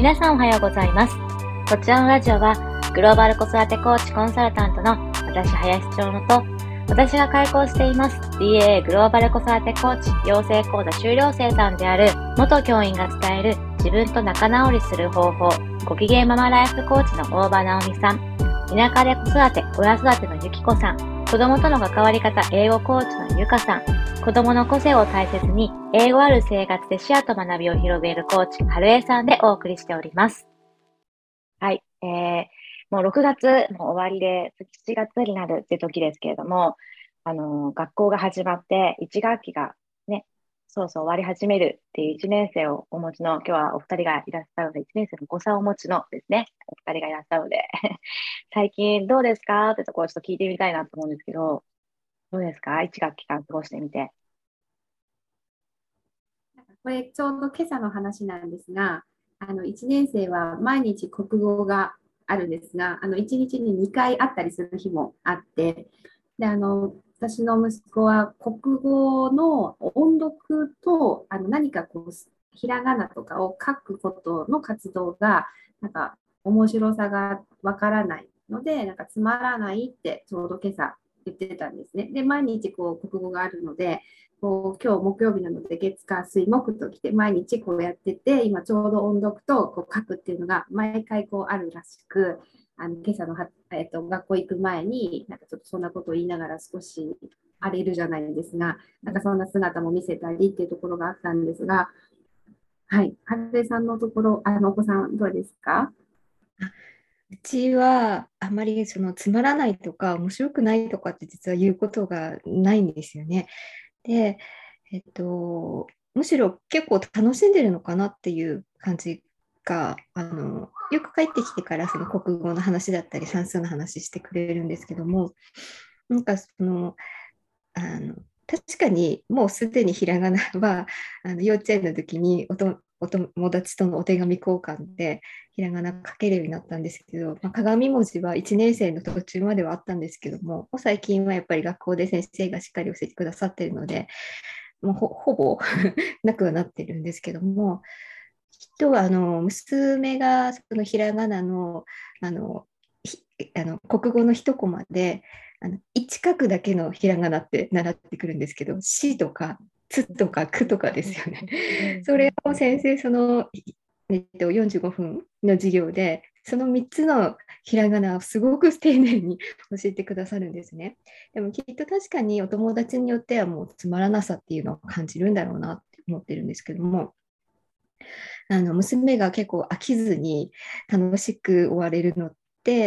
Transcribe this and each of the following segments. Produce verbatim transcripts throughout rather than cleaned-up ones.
皆さんおはようございます。こちらのラジオはグローバル子育てコーチコンサルタントの私林長野と、私が開講しています ディーエーエー グローバル子育てコーチ養成講座修了生さんである元教員が伝える自分と仲直りする方法、ご機嫌ママライフコーチの大場直美さん、田舎で子育て親育てのゆきこさん、子供との関わり方英語コーチのゆかさん、子供の個性を大切に英語ある生活で視野と学びを広げるコーチはるえさんでお送りしております。はい、えー、もうろくがつも終わりでしちがつになるって時ですけれども、あのー学校が始まっていち学期がね、そうそう終わり始めるっていういちねん生をお持ちの、今日はお二人がいらっしゃるので、いちねん生のお子さんをお持ちのですね、お二人がいらっしゃるので最近どうですかってところをちょっと聞いてみたいなと思うんですけど、どうですか、いち学期間過ごしてみて。 これちょうど今朝の話なんですが、あのいちねん生は毎日国語があるんですが、あのいちにちににかいあったりする日もあって、であの私の息子は国語の音読とあの何かこうひらがなとかを書くことの活動がなんか面白さがわからないので、なんかつまらないってちょうど今朝言ってたんですね。で、毎日こう国語があるので、こう今日木曜日なので月火水木と来て毎日こうやってて、今ちょうど音読とこう書くっていうのが毎回こうあるらしく、あの今朝のは、えっと、学校行く前になんかちょっとそんなことを言いながら少し荒れるじゃないですが、なんかそんな姿も見せたりっていうところがあったんですが、はい、はるえさんのところ、あのお子さんどうですか？ うちはあまりそのつまらないとか面白くないとかって実は言うことがないんですよね。で、えっと、むしろ結構楽しんでるのかなっていう感じが、あの、よく帰ってきてからその国語の話だったり算数の話してくれるんですけども、なんかその、あの、確かにもうすでにひらがなはあの幼稚園の時におとお友達とのお手紙交換でひらがな書けるようになったんですけど、まあ、鏡文字はいちねん生の途中まではあったんですけども、もう最近はやっぱり学校で先生がしっかり教えてくださっているので、もうほほぼなくはなってるんですけども、きっとあの娘がそのひらがなのあのあの国語の一コマであのいち書くだけのひらがなって習ってくるんですけど、しとかつとかくとかですよね。それを先生その、えっと、よんじゅうごふんの授業でそのみっつのひらがなをすごく丁寧に教えてくださるんですね。でもきっと確かにお友達によってはもうつまらなさっていうのを感じるんだろうなって思ってるんですけども、あの娘が結構飽きずに楽しく終われるのって、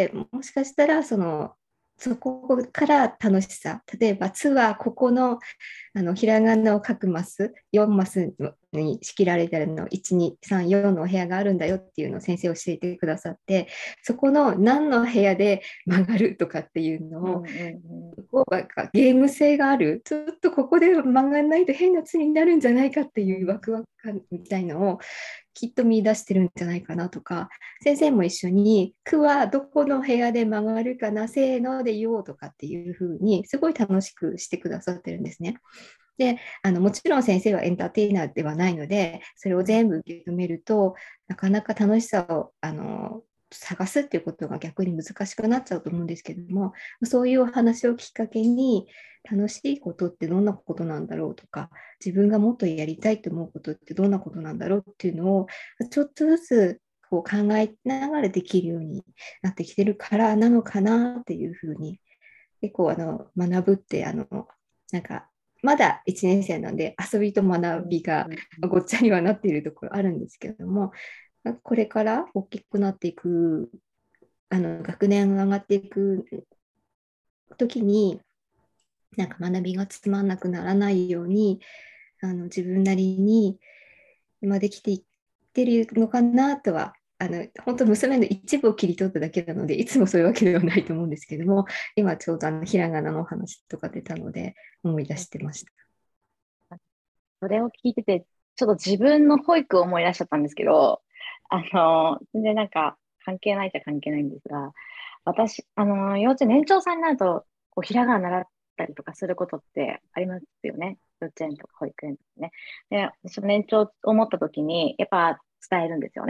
もしかしたらそのそこから楽しさ、例えば「つ」はここのあのひらがなを書くマスよんマスに仕切られてるのいちにさんよんのお部屋があるんだよっていうのを先生教えてくださって、そこの何の部屋で曲がるとかっていうのを、 うんうんうん、 こうなんかゲーム性がある、ちょっとここで曲がらないと変なつになるんじゃないかっていうワクワク感みたいのをきっと見出してるんじゃないかなとか、先生も一緒に「く」はどこの部屋で曲がるかな、せーので言おうとかっていう風にすごい楽しくしてくださってるんですね。で、あのもちろん先生はエンターテイナーではないので、それを全部受け止めるとなかなか楽しさをあの探すっていうことが逆に難しくなっちゃうと思うんですけども、そういうお話をきっかけに楽しいことってどんなことなんだろうとか、自分がもっとやりたいと思うことってどんなことなんだろうっていうのをちょっとずつこう考えながらできるようになってきてるからなのかなっていうふうに、結構あの学ぶってあのなんかまだいちねん生なんで遊びと学びがごっちゃにはなっているところあるんですけれども、これから大きくなっていく、あの学年が上がっていく時になんか学びがつまんなくならないように、あの自分なりに今できていってるのかなとは、あの本当娘の一部を切り取っただけなのでいつもそういうわけではないと思うんですけども、今ちょうどあのひらがなのお話とか出たので思い出してました。 それを聞いてて、ちょっと自分の保育を思い出しちゃったんですけど、あの、全然なんか関係ないっちゃ関係ないんですが、私、あの、幼稚園年長さんになると、こう、ひらがな習ったりとかすることってありますよね。幼稚園とか保育園とかね。で、私も年長を持った時に、やっぱ伝えるんですよね。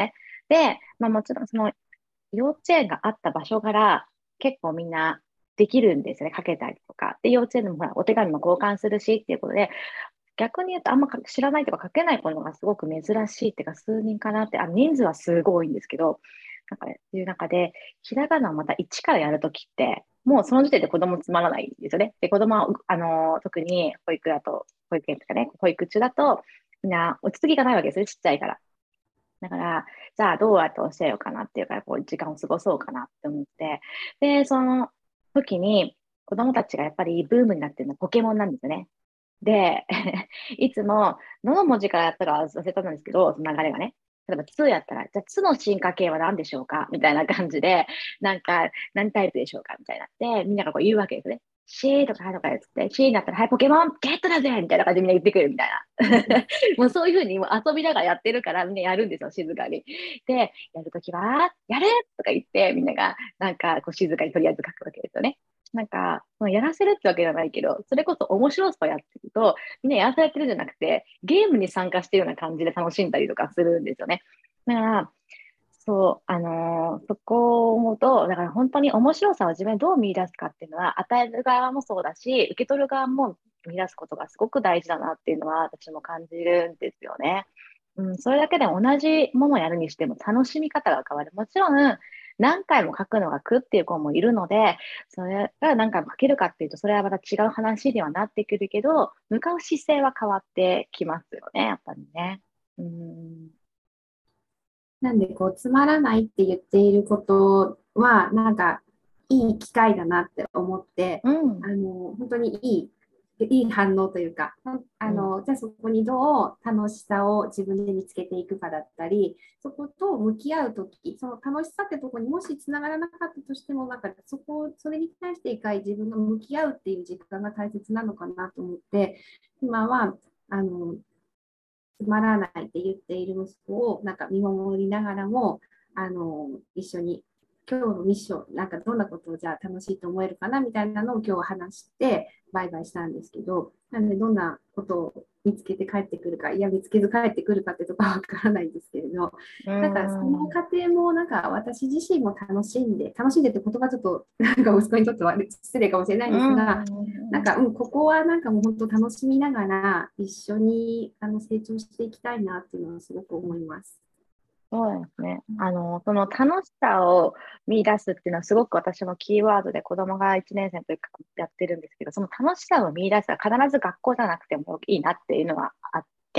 で、まあもちろんその幼稚園があった場所から結構みんなできるんですよね。かけたりとか。で、幼稚園でもほら、お手紙も交換するしっていうことで、逆に言うとあんま知らないとか書けない子のがすごく珍しいっていうか、数人かなって、あ、人数はすごい多いんですけど、なんかね、いう中で、ひらがなをまた一からやるときって、もうその時点で子供つまらないんですよね。で、子供は、あの、特に保育だと、保育園とかね、保育中だと、みんな落ち着きがないわけですよ、ちっちゃいから。だから、じゃあどうやって教えようかなっていうか、こう、時間を過ごそうかなって思って、で、その時に、子供たちがやっぱりブームになってるのはポケモンなんですよね。で、いつも、どの文字からやったか忘れたんですけど、その流れがね。例えば、つやったら、じゃあ、つの進化系は何でしょうかみたいな感じで、なんか、何タイプでしょうかみたいになって、みんながこう言うわけですね。シーとかハとか言って、シーになったら、はい、ポケモンゲットだぜみたいな感じでみんな言ってくるみたいな。もうそういうふうにもう遊びながらやってるから、みんなやるんですよ、静かに。で、やるときは、やるとか言って、みんなが、なんか、こう静かにとりあえず書くわけですよね。なんか、まあやらせるってわけじゃないけど、それこそ面白さをやってると、みんなやらされてるんじゃなくて、ゲームに参加してるような感じで楽しんだりとかするんですよね。だから、そう、あのーそこを思うと、だから本当に面白さを自分でどう見出すかっていうのは、与える側もそうだし、受け取る側も見出すことがすごく大事だなっていうのは、私も感じるんですよね。うん、それだけで同じものをやるにしても楽しみ方が変わる。もちろん、何回も書くのが苦っていう子もいるので、それが何回も書けるかっていうと、それはまた違う話にはなってくるけど、向かう姿勢は変わってきますよね、やっぱりね。うん。 なんで、こう、つまらないって言っていることは、なんか、いい機会だなって思って、 うん。 あの、本当にいい、いい反応というか、ほんあうん。 の、じゃあそこにどう楽しさを自分で見つけていくかだったり、そこと向き合うとき、その楽しさってところにもしつながらなかったとしても、なんかそこ、それに対して一回自分が向き合うっていう時間が大切なのかなと思って、今は、あの、つまらないって言っている息子をなんか見守りながらも、あの、一緒に今日のミッション、なんかどんなことをじゃあ楽しいと思えるかなみたいなのを今日は話してバイバイしたんですけど、なのでどんなことを見つけて帰ってくるか、いや見つけず帰ってくるかってとこはわからないんですけれど、 うなんかそのん。 過程もなんか私自身も楽しんで、楽しんでって言葉ちょっとなんか息子にとっては失礼かもしれないんうですが、なんん。 か、うん、ここはなんかもう本当楽しみながら一緒にあの成長していきたいなっていうのはすごく思います。 そうですね。あの、その楽しさを見出すっていうのはすごく私もキーワードで子供がいちねん生の時からやってるんですけど、その楽しさを見出すは必ず学校じゃなくてもいいなっていうのはあって、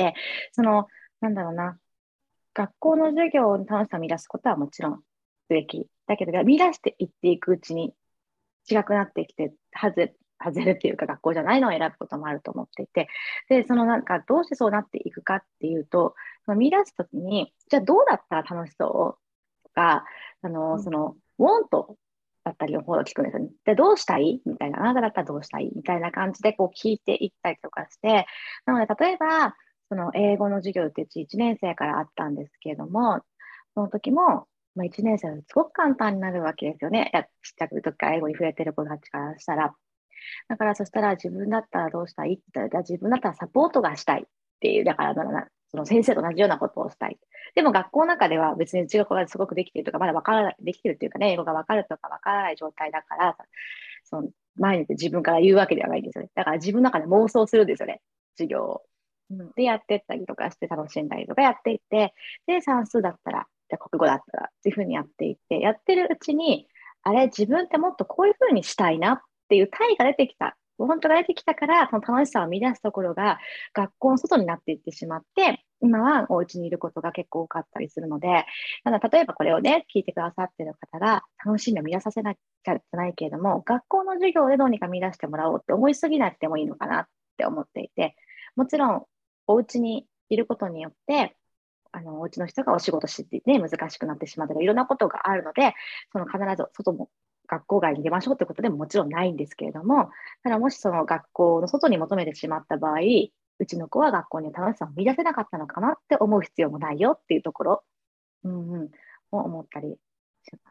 その、なんだろうな、学校の授業に楽しさを見出すことはもちろんすべき。だけど、見出していっていくうちに違くなってきて、はず、外れっていうか学校じゃないのを選ぶこともあると思っていて、で、そのなんかどうしてそうなっていくかっていうと、その見出すときに、じゃあどうだったら楽しそうとか、あの、 うん、 その、want だったりの方を聞くんですよね。で、どうしたいみたいな、あなただったらどうしたいみたいな感じでこう聞いていったりとかして、なので、例えば、その英語の授業ってうちいちねん生からあったんですけれども、その時も、まあ、いちねん生はすごく簡単になるわけですよね。やちっちゃくとか英語に触れてる子たちからしたら。だからそしたら自分だったらどうしたいって言ったら、自分だったらサポートがしたいっていう、だからななその先生と同じようなことをしたい。でも学校の中では別にうちが子がすごくできてるとか、まだ分からない、できてるっていうかね、英語が分かるとか分からない状態だから、その毎日自分から言うわけではないんですよね。だから自分の中で妄想するんですよね、授業を。うん、で、やってったりとかして楽しんだりとかやっていって、で、算数だったら、じゃあ国語だったらっていうふうにやっていって、やってるうちに、あれ、自分ってもっとこういうふうにしたいなっていう体が出てきた。本当が出てきたから、その楽しさを見出すところが学校の外になっていってしまって、今はお家にいることが結構多かったりするので、ただ例えばこれをね、聞いてくださっている方が楽しみを見出させなきゃじゃないけれども、学校の授業でどうにか見出してもらおうって思いすぎなくてもいいのかなって思っていて、もちろんお家にいることによって、あの、お家の人がお仕事してて、ね、難しくなってしまったり、いろんなことがあるので、その必ず外も、学校外に出ましょうってことでももちろんないんですけれども、ただもしその学校の外に求めてしまった場合、うちの子は学校に楽しさを見出せなかったのかなって思う必要もないよっていうところ、うんうん、を思ったりします。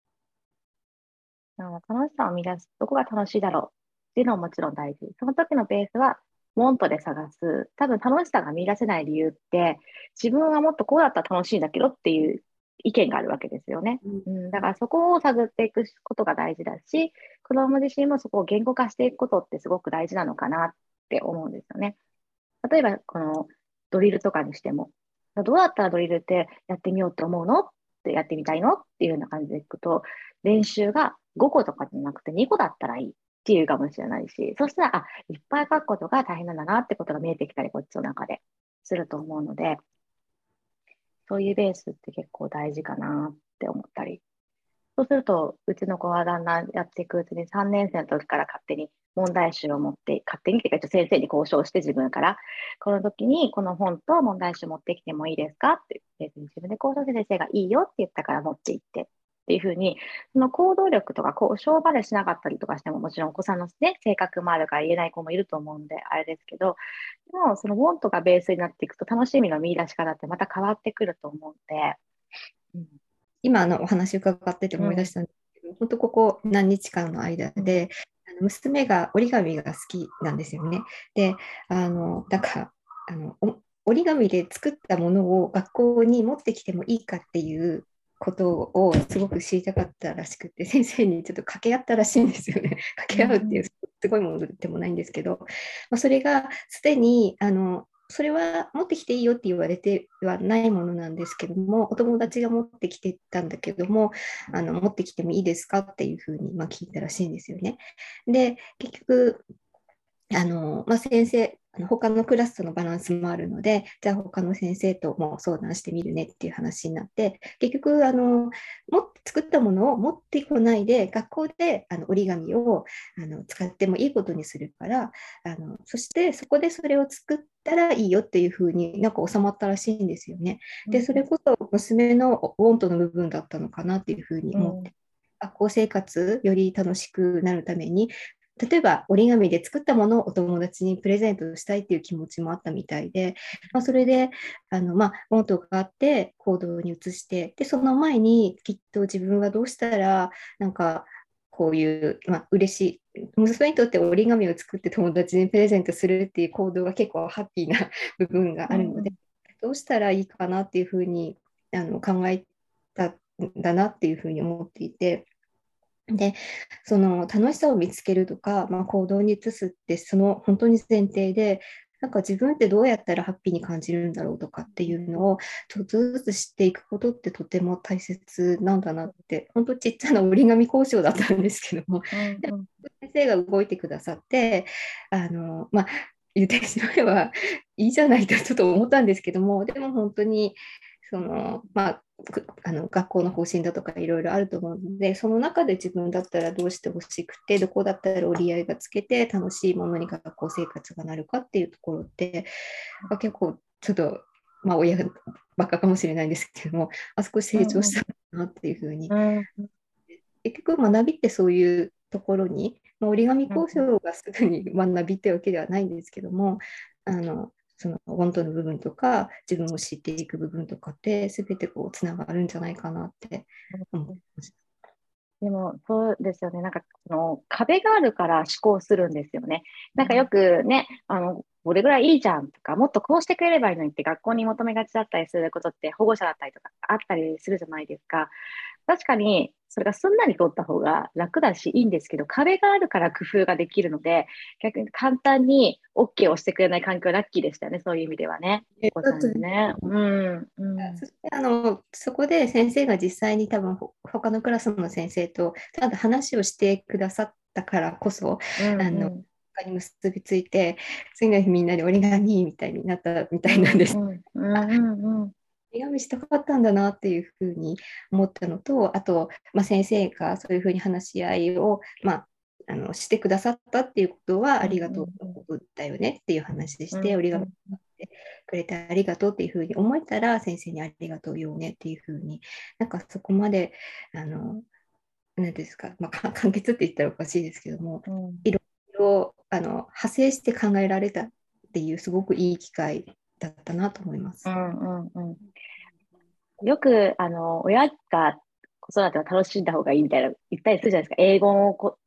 だから楽しさを見出す、どこが楽しいだろうっていうのはもちろん大事。その時のベースは、モントで探す。多分楽しさが見出せない理由って、自分はもっとこうだったら楽しいんだけどっていう意見があるわけですよね。 うんうん、だからそこを探っていくことが大事だし、子供自身もそこを言語化していくことってすごく大事なのかなって思うんですよね。例えば、このドリルとかにしても、どうやったらドリルってやってみようと思うのってやってみたいのっていうような感じでいくと、練習がごことかじゃなくてにこだったらいいっていうかもしれないし、そしたら、あ、いっぱい書くことが大変なんだなってことが見えてきたり、こっちの中ですると思うので、そういうベースって結構大事かなって思ったり。そうすると、うちの子はだんだんやっていくうちにさんねん生の時から勝手に問題集を持って、勝手にっていうか先生に交渉して自分から、この時にこの本と問題集持ってきてもいいですかって先生に自分で交渉して先生がいいよって言ったから持って行ってっていうふうに、その行動力とか交渉までしなかったりとかしても、もちろんお子さんの、ね、性格もあるから言えない子もいると思うんで、あれですけど、でもそのウォントがベースになっていくと楽しみの見出し方ってまた変わってくると思うんで、うん今のお話伺ってて思い出しうんたんですけど、本当ここ何日間の間で、あの娘が折り紙が好きなんですよね。で、あの、なんか、あの、お折り紙で作ったものを学校に持ってきてもいいかっていうことをすごく知りたかったらしくて、先生にちょっと掛け合ったらしいんですよね。掛け合うっていうすごいものでもないんですけど、まあ、それがすでにあのそれは持ってきていいよって言われてはないものなんですけども、お友達が持ってきてたんだけども、あの持ってきてもいいですかっていうふうに、まあ、聞いたらしいんですよね。で、結局、あのまあ、先生、あの他のクラスとのバランスもあるので、じゃあ他の先生とも相談してみるねっていう話になって、結局、あのも作ったものを持ってこないで、学校であの折り紙をあの使ってもいいことにするから、あのそしてそこでそれを作ったらいいよっていうふうになんか収まったらしいんですよね。で、それこそ娘のウォントの部分だったのかなっていうふうに思って、学校生活より楽しくなるために、例えば折り紙で作ったものをお友達にプレゼントしたいっていう気持ちもあったみたいで、まあ、それであの、まあ、モントがあって行動に移して、でその前にきっと自分はどうしたらなんかこういう、まあ、嬉しい、娘にとって折り紙を作って友達にプレゼントするっていう行動が結構ハッピーな部分があるので、どうしたらいいかなっていうふうにあの考えたんだなっていうふうに思っていて。で、その楽しさを見つけるとか、まあ、行動に移すってその本当に前提で、なんか自分ってどうやったらハッピーに感じるんだろうとかっていうのをちょっとずつ知っていくことってとても大切なんだなって、本当ちっちゃな折り紙交渉だったんですけども、でも先生が動いてくださって、あの、まあ、言ってしまえばいいじゃないとちょっと思ったんですけども、でも本当にその、まあ、あの学校の方針だとかいろいろあると思うので、その中で自分だったらどうしてほしくて、どこだったら折り合いがつけて楽しいものに学校生活がなるかっていうところって、まあ、結構ちょっと、まあ、親ばっかかもしれないんですけども、あそこ成長したなっていうふうに、結局学びってそういうところに、まあ、折り紙交渉がすぐに学びってわけではないんですけども、あのその本当の部分とか自分を知っていく部分とかって全てこうつながるんじゃないかなって思ってました。 でも、そうですよね。なんか、その、壁があるから思考するんですよね。なんかよくね、あの、これぐらいいいじゃんとか、もっとこうしてくれればいいのにって学校に求めがちだったりすることって保護者だったりとかあったりするじゃないですか。確かに、それがすんなり通った方が楽だしいいんですけど、壁があるから工夫ができるので、逆に簡単に OK をしてくれない環境ラッキーでしたよね。そういう意味ではね。お子さんにね。うん。うん。 そしてあのそこで先生が実際に多分ほ他のクラスの先生とただ話をしてくださったからこそ、 うんあのうん他に結びついて、次の日みんなで折り紙みたいになったみたいなんです。 うんうんうんうん折り紙したかったんだなっていうふうに思ったのと、あと、まあ、先生がそういうふうに話し合いを、まあ、あのしてくださったっていうことはありがとうのことだよねっていう話でして、折り紙ってくれてありがとうっていうふうに思えたら先生にありがとうよねっていうふうに、なんかそこまであの何ですか、まあ、か簡潔って言ったらおかしいですけども、 うんいろいろあの派生して考えられたっていうすごくいい機会だったなと思います。 うんうんうんよく、あの、親が子育てを楽しんだ方がいいみたいな言ったりするじゃないですか。英語をこ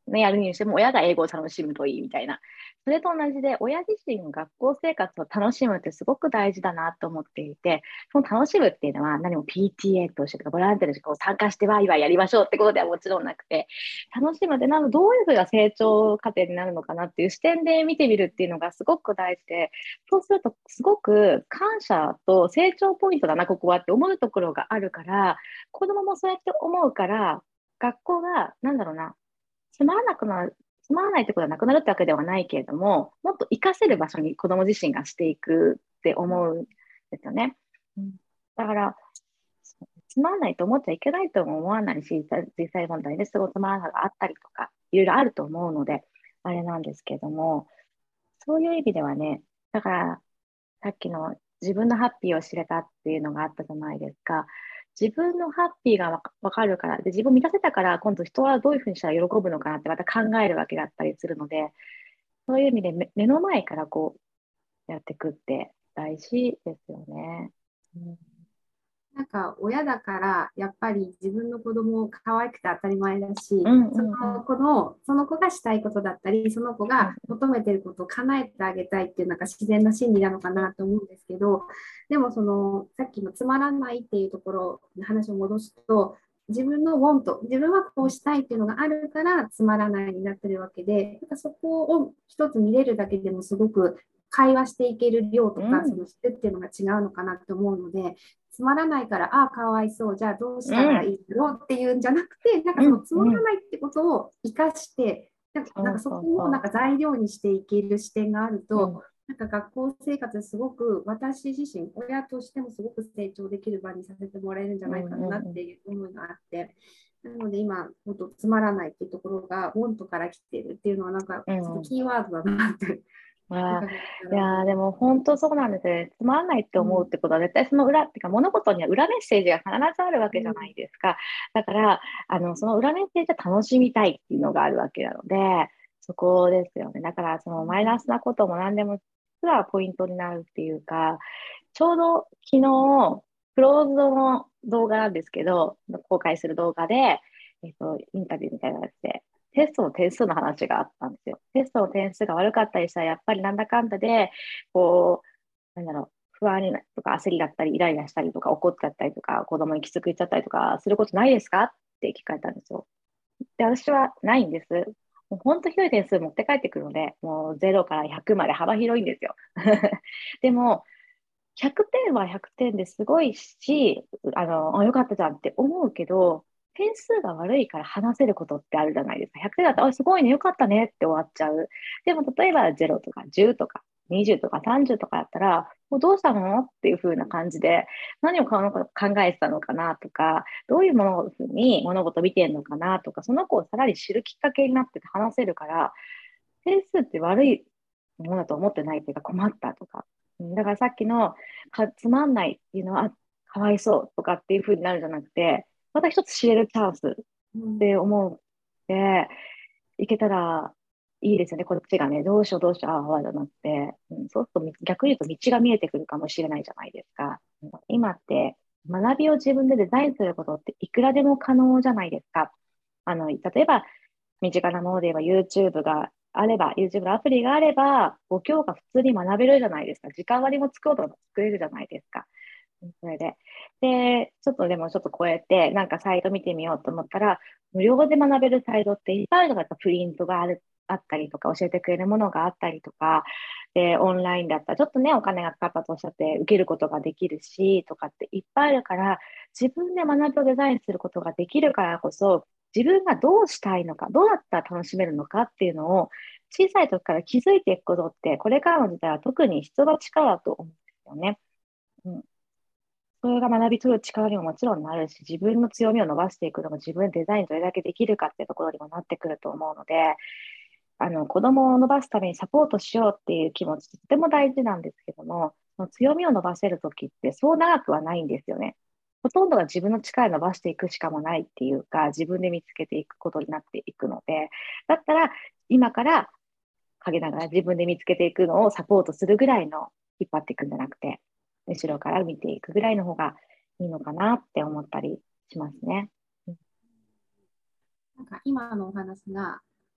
ね、やるにしても親が英語を楽しむといいみたいな。それと同じで、親自身が学校生活を楽しむってすごく大事だなと思っていて、その楽しむっていうのは何も ピーティーエー としてとかボランティアでこう参加してワイワイやりましょうってことではもちろんなくて、楽しむってなんかどういうふうな成長過程になるのかなっていう視点で見てみるっていうのがすごく大事で、そうするとすごく感謝と成長ポイントだな、ここはって思うところがあるから、子供もそうやって思うから、学校が、なんだろうな、つまらなくなる、つまらないってことはなくなるってわけではないけれども、もっと活かせる場所に子供自身がしていくって思うんですよね。うん、だから、つまらないと思っちゃいけないとも思わないし、実際問題ですごいつまらながあったりとか、いろいろあると思うので、あれなんですけども、そういう意味ではね、だから、さっきの自分のハッピーを知れたっていうのがあったじゃないですか。自分のハッピーがわかわかるから、で、自分を満たせたから、今度人はどういうふうにしたら喜ぶのかなってまた考えるわけだったりするので、そういう意味で目目の前からこうやっていくって大事ですよね。うん、 なんか親だからやっぱり自分の子供を可愛くて当たり前だし、 うんうそんうんの子の、その子がしたいことだったり、その子うんが求めてることを叶えてあげたいっていうなんか自然な心理なのかなと思うんですけど、でもそのさっきのつまらないっていうところの話を戻すと、自分の want、自分はこうしたいっていうのがあるからつまらないになってるわけで、なんかそこを一つ見れるだけでもすごく会話していける量とか、そうんの質っていうのが違うのかなと思うので、つまらないから、ああ、かわいそう、じゃあどうしうんたらいいのっていうんじゃなくて、なんかうそのつまんうん、 らないってことを生かして、なんかなんかそそうそうそこをなんか材料にしていける視点があるう。うと、 んなんか学校生活すごく私自身、親としてもすごく成長できる場にさせてもらえるんじゃうんないかなっうんていう思いがあって、なので今、もっとつまらないっていうところが、ウォントから来てるっていうのは、なんかちょっとうん。 キーワードだなってああ、 伺いながいやーでら思います。 も本当そうなんですよね。つまらないってうん、 思うってことは絶対その裏っていうか物事には裏メッセージが必ずあるわけじゃなうん、 いですか。だからあのその裏メッセージは楽しみたいっていうのがあるわけなので、そこですよね。だからそのマイナスなことも何でも実はポイントになるっていうか、ちょうど昨日クローズドの動画なんですけど、公開する動画で、えっと、インタビューみたいなやつでテストの点数の話があったんですよ。テストの点数が悪かったりしたら、やっぱりなんだかんだで、こう、なんだろう、不安になとか焦りだったり、イライラしたりとか、怒っちゃったりとか、子供にきつく言っちゃったりとか、することないですかって聞かれたんですよ。で、私はないんです。もう本当ひどい点数持って帰ってくるので、もうゼロからひゃくまで幅広いんですよ。でも、ひゃくてんはひゃくてんですごいし、あの、あ、よかったじゃんって思うけど、点数が悪いから話せることってあるじゃないですか。ひゃくてんだったら、あ、すごいね、よかったねって終わっちゃう。でも、例えばゼロとかじゅうとかにじゅうとかさんじゅうとかだったら、もうどうしたのっていう風な感じで、何を考えてたのかなとか、どういうものに物事を見てるのかなとか、その子をさらに知るきっかけになって話せるから、点数って悪いものだと思ってないっていうか困ったとか。だからさっきのかつまんないっていうのは、あ、かわいそうとかっていう風になるんじゃなくて、また一つ知れるチャンスっうん、 て思って、いけたらいいですよね。こっちがね、どうしようどうしよう、ああ、ああじゃなくて、うん、そうすると逆に言うと道が見えてくるかもしれないじゃないですか。今って学びを自分でデザインすることっていくらでも可能じゃないですか。あの、例えば身近なもので言えば YouTube があれば、YouTube のアプリがあれば、ご教科普通に学べるじゃないですか。時間割も作ろうとも作れるじゃないですか。それで。で、ちょっとでもちょっと超えて、なんかサイト見てみようと思ったら、無料で学べるサイトっていっぱいあるのが、やっぱプリントがある、あったりとか、教えてくれるものがあったりとか、で、オンラインだったら、ちょっとね、お金がかかったとおっしゃって、受けることができるし、とかっていっぱいあるから、自分で学びをデザインすることができるからこそ、自分がどうしたいのか、どうやったら楽しめるのかっていうのを、小さい時から気づいていくことって、これからの時代は特に必要な力だと思うんですよね。うん、それが学び取る力にももちろんなるし、自分の強みを伸ばしていくのも自分でデザインどれだけできるかっていうところにもなってくると思うので、あの子供を伸ばすためにサポートしようっていう気持ちとても大事なんですけども、その強みを伸ばせるときってそう長くはないんですよね。ほとんどが自分の力を伸ばしていくしかもないっていうか、自分で見つけていくことになっていくので、だったら今から陰ながら自分で見つけていくのをサポートするぐらいの引っ張っていくんじゃなくて、後ろから見ていくぐらいの方がいいのかなって思ったりしますね。 なんか今のお話が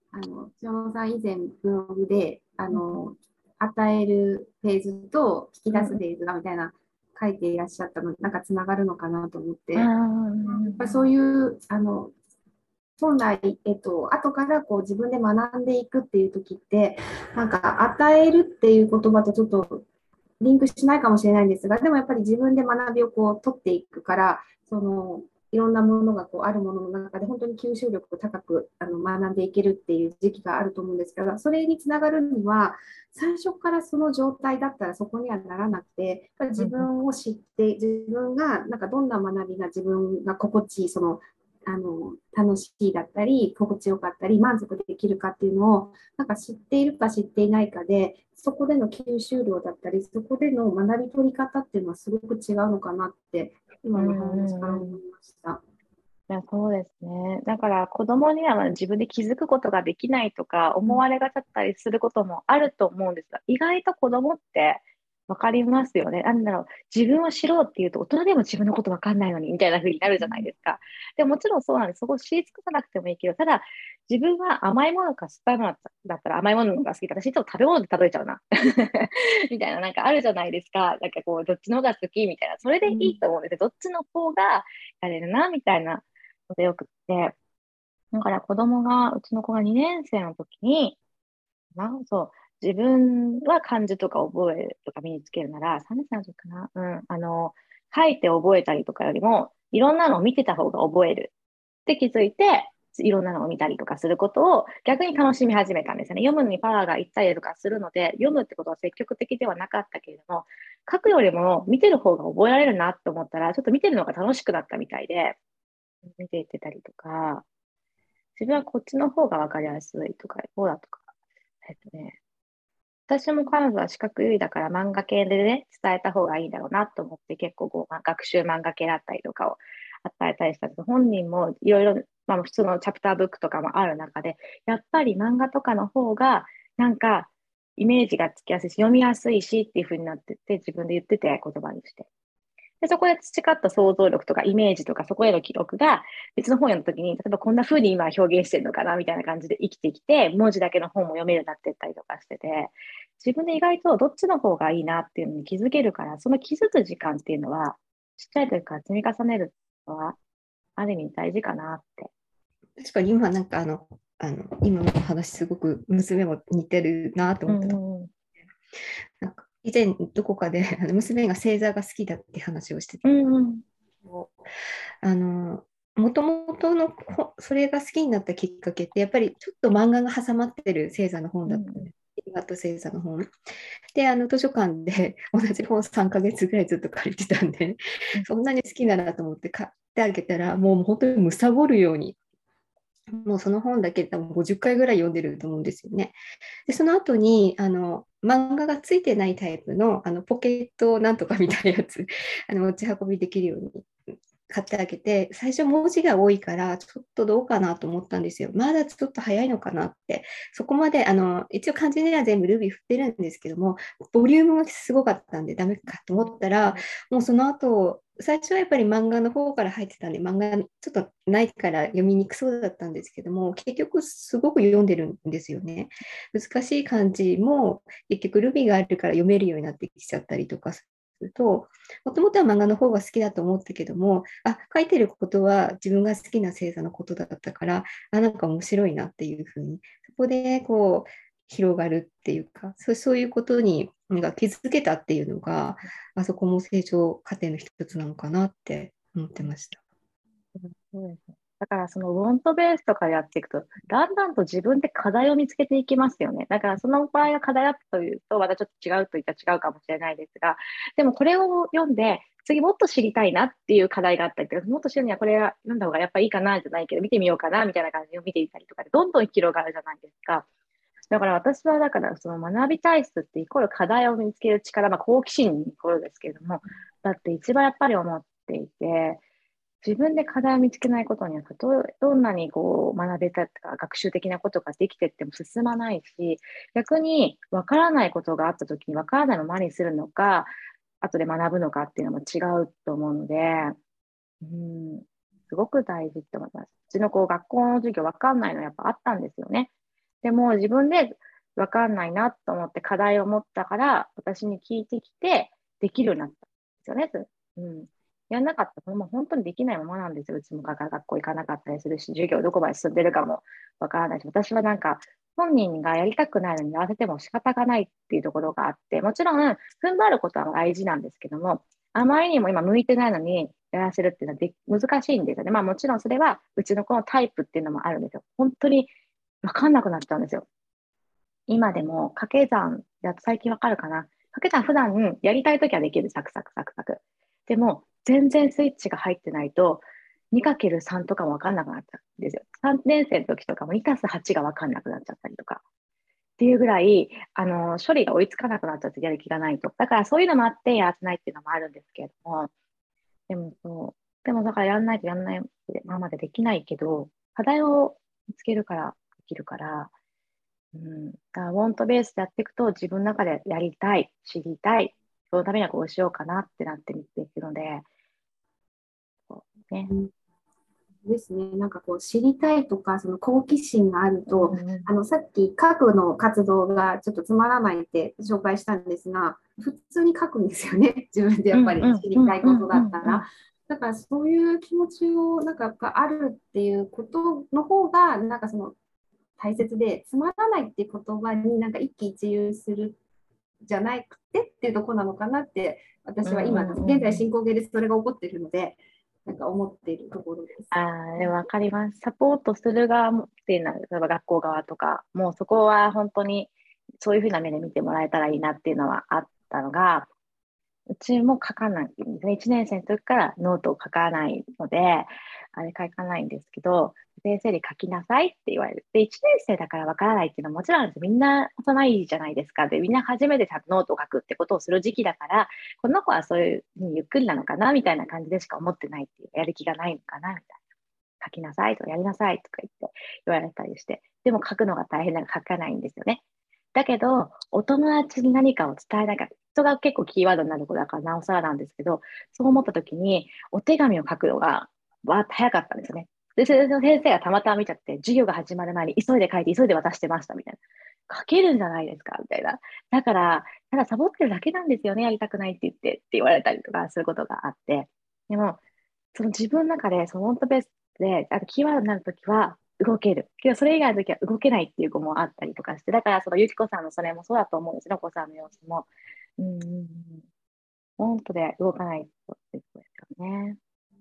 あの千野さん以前ブログであの与えるフェーズと引き出すフェーズがみたいな書いていらっしゃったので、なんかつながるのかなと思って、やっぱりそういうあの本来、えっと後からこう自分で学んでいくっていう時って、なんか与えるっていう言葉とちょっとリンクしないかもしれないんですが、でもやっぱり自分で学びをこう取っていくから、そのいろんなものがこうあるものの中で本当に吸収力を高くあの学んでいけるっていう時期があると思うんですけど、それにつながるには、最初からその状態だったらそこにはならなくて、やっぱり自分を知って、自分がなんかどんな学びが自分が心地いい、そのあの楽しいだったり、心地よかったり、満足できるかっていうのをなんか知っているか知っていないかで、そこでの吸収量だったり、そこでの学び取り方っていうのはすごく違うのかなって、今の話から思いました。 いや、そうですね。だから子供にはまあ自分で気づくことができないとか思われがちゃったりすることもあると思うんですが、意外と子供って分かりますよね。なんだろう、自分を知ろうっていうと大人でも自分のこと分かんないのにみたいな風になるじゃないですか。でももちろんそうなんです。そこを知り尽くさなくてもいいけど、ただ自分は甘いものか酸っぱいものだったら甘いものが好きだ。私いつも食べ物で例えちゃうな。みたいななんかあるじゃないですか。なんかこう、どっちの方が好きみたいな。それでいいと思うんですよ。どっちの方がやれるなみたいなのでよくって。だから子供が、うちの子がにねん生の時に、なそう、自分は漢字とか覚えるとか身につけるなら、さんねん生の時かな、うん、あの、書いて覚えたりとかよりも、いろんなのを見てた方が覚えるって気づいて、いろんなのを見たりとかすることを逆に楽しみ始めたんですよね。読むのにパワーがいったりとかするので、読むってことは積極的ではなかったけれども、書くよりも見てる方が覚えられるなって思ったら、ちょっと見てるのが楽しくなったみたいで、見ていってたりとか、自分はこっちの方が分かりやすいとか、こうだとか、えっとね、私も彼女は視覚優位だから漫画系でね、伝えた方がいいんだろうなと思って結構こう、まあ、学習漫画系だったりとかを与えたりしたんですけど、本人もいろいろ、まあ普通のチャプターブックとかもある中で、やっぱり漫画とかの方がなんかイメージがつきやすいし、読みやすいしっていう風になってて、自分で言ってて言葉にして。で、そこで培った想像力とかイメージとかそこへの記録が別の本読んだ時に、例えばこんな風に今表現してるのかなみたいな感じで生きてきて、文字だけの本も読めるようになってったりとかしてて、自分で意外とどっちの方がいいなっていうのに気づけるから、その気づく時間っていうのは、ちっちゃい時から積み重ねるのは、ある意味大事かなって。 確かに今なんかあの、あの今の話すごく娘も似てるなと思ってた。うんうん、なんか以前どこかで娘が星座が好きだって話をしてて、うんうん、あのもともとのそれが好きになったきっかけってやっぱりちょっと漫画が挟まってる星座の本だったんです。映画と星座の本で、あの図書館で同じ本さんかげつぐらいずっと借りてたんで、そんなに好きならと思って買ってあげたら、もう本当に貪るように、もうその本だけで多分ごじゅっかいぐらい読んでると思うんですよね。で、その後にあの漫画がついてないタイプの、あのポケットなんとかみたいなやつ、あの持ち運びできるように買ってあげて、最初文字が多いからちょっとどうかなと思ったんですよ。まだちょっと早いのかなって。そこまであの一応漢字には全部ルビー振ってるんですけども、ボリュームがすごかったんでダメかと思ったら、もうその後最初はやっぱり漫画の方から入ってたんで、漫画ちょっとないから読みにくそうだったんですけども、結局すごく読んでるんですよね。難しい漢字も結局ルビーがあるから読めるようになってきちゃったりとかすると、もともとは漫画の方が好きだと思ったけども、あ、書いてることは自分が好きな星座のことだったから、あ、なんか面白いなっていうふうに、そこでこう、広がるっていうか、そう、そういうことになんか気づけたっていうのが、あそこも成長過程の一つなのかなって思ってました。 そうですね。だからそのウォントベースとかやっていくと、だんだんと自分で課題を見つけていきますよね。だからその場合が課題だったというと、またちょっと違うと言ったら違うかもしれないですが、でもこれを読んで、次もっと知りたいなっていう課題があったりとか、もっと知るにはこれ読んだ方がやっぱいいかなじゃないけど、見てみようかなみたいな感じを見ていたりとかで、どんどん広がるじゃないですか。だから私はだからその学び体質ってイコール課題を見つける力、まあ好奇心イコールですけれども、だって一番やっぱり思っていて、自分で課題を見つけないことには、どどんなにこう学べたとか学習的なことができてっても進まないし、逆に分からないことがあったときに分からないのを何にするのか、後で学ぶのかっていうのも違うと思うので、うん、すごく大事って思います。うちの子、学校の授業分かんないのやっぱあったんですよね。 でも自分でわかんないなと思って課題を持ったから、私に聞いてきて、できるようになったんですよね。うん。やんなかったら、もう本当にできないままなんですよ。うちも学校行かなかったりするし、授業どこまで進んでるかもわからないし、私はなんか、本人がやりたくないのにやらせても仕方がないっていうところがあって、もちろん、踏ん張ることは大事なんですけども、あまりにも今向いてないのにやらせるっていうのはで難しいんですよね。まあもちろんそれはうちの子のタイプっていうのもあるんですよ。本当にわかんなくなっちゃうんですよ。今でも掛け算、や最近わかるかな掛け算普段やりたいときはできる、サクサクサクサク。でも全然スイッチが入ってないと にかけるさん とかもわかんなくなっちゃうんですよ。さんねん生の時とかもにたすはちがわかんなくなっちゃったりとか。っていうぐらい、あの、処理が追いつかなくなっちゃってやる気がないと。だからそういうのもあってやらせないっていうのもあるんですけれども、でもそう、でもだからやんないとやんないままでできないけど、課題を見つけるからできるから、うん、だからウォントベースでやっていくと自分の中でやりたい、知りたい、そのためにはこうしようかなってなってみていくので、そうね。 うんですね、なんかこう知りたいとかその好奇心があると、 うんうんあのさっき書くの活動がちょっとつまらないって紹介したんですが、普通に書くんですよね、自分でやっぱり知りたいことだったら。だからそういう気持ちをなんかがあるっていうことの方がなんかその大切で、つまらないっていう言葉になんか一喜一憂するじゃなくてっていうところなのかなって、私は今現在進行形でそれが起こっているので。なんか思っているところです。 ああ、でも分かります。サポートする側もっていうのは、例えば学校側とか、もうそこは本当にそういうふうな目で見てもらえたらいいなっていうのはあったのが、うちも書かないんですね。いちねん生の時からノートを書かないので、あれ書かないんですけど、先生に書きなさいって言われる。で、いちねん生だからわからないっていうのはもちろんです。みんな幼いじゃないですか。で、みんな初めてちゃんとノートを書くってことをする時期だから、この子はそういうふうにゆっくりなのかなみたいな感じでしか思ってないっていう、やる気がないのかなみたいな。書きなさいとかやりなさいとか言って言われたりして、でも書くのが大変だから書かないんですよね。だけど、お友達に何かを伝えなきゃ、人が結構キーワードになる子だからなおさらなんですけど、そう思った時に、お手紙を書くのが、わーって早かったんですよね。で、先生がたまたま見ちゃって、授業が始まる前に急いで書いて、急いで渡してましたみたいな。書けるんじゃないですかみたいな。だから、ただサボってるだけなんですよね、やりたくないって言ってって言われたりとかすることがあって。でも、その自分の中で、そのオントベースで、あとキーワードになるときは動ける。けど、それ以外のときは動けないっていう子もあったりとかして、だから、そのゆきこさんのそれもそうだと思うんですね、お子さんの様子も。うんうんうん。オントで動かない子ってことですよね。